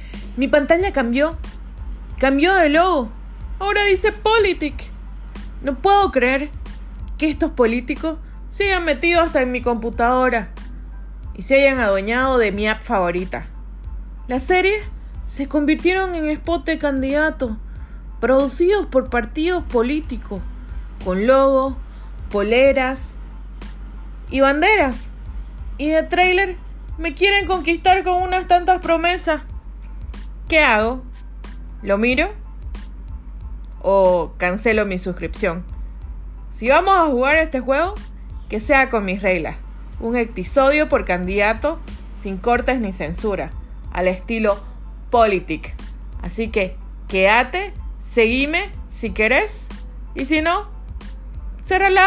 Mi pantalla cambió. Cambió de logo. Ahora dice Politic. No puedo creer que estos políticos se hayan metido hasta en mi computadora y se hayan adueñado de mi app favorita. Las series se convirtieron en spot de candidatos producidos por partidos políticos con logos, poleras y banderas. Y de tráiler me quieren conquistar con unas tantas promesas. ¿Qué hago? ¿Lo miro? ¿O cancelo mi suscripción? Si vamos a jugar este juego, que sea con mis reglas. Un episodio por candidato, sin cortes ni censura, al estilo Politic. Así que quédate, seguime si querés, y si no, cerra la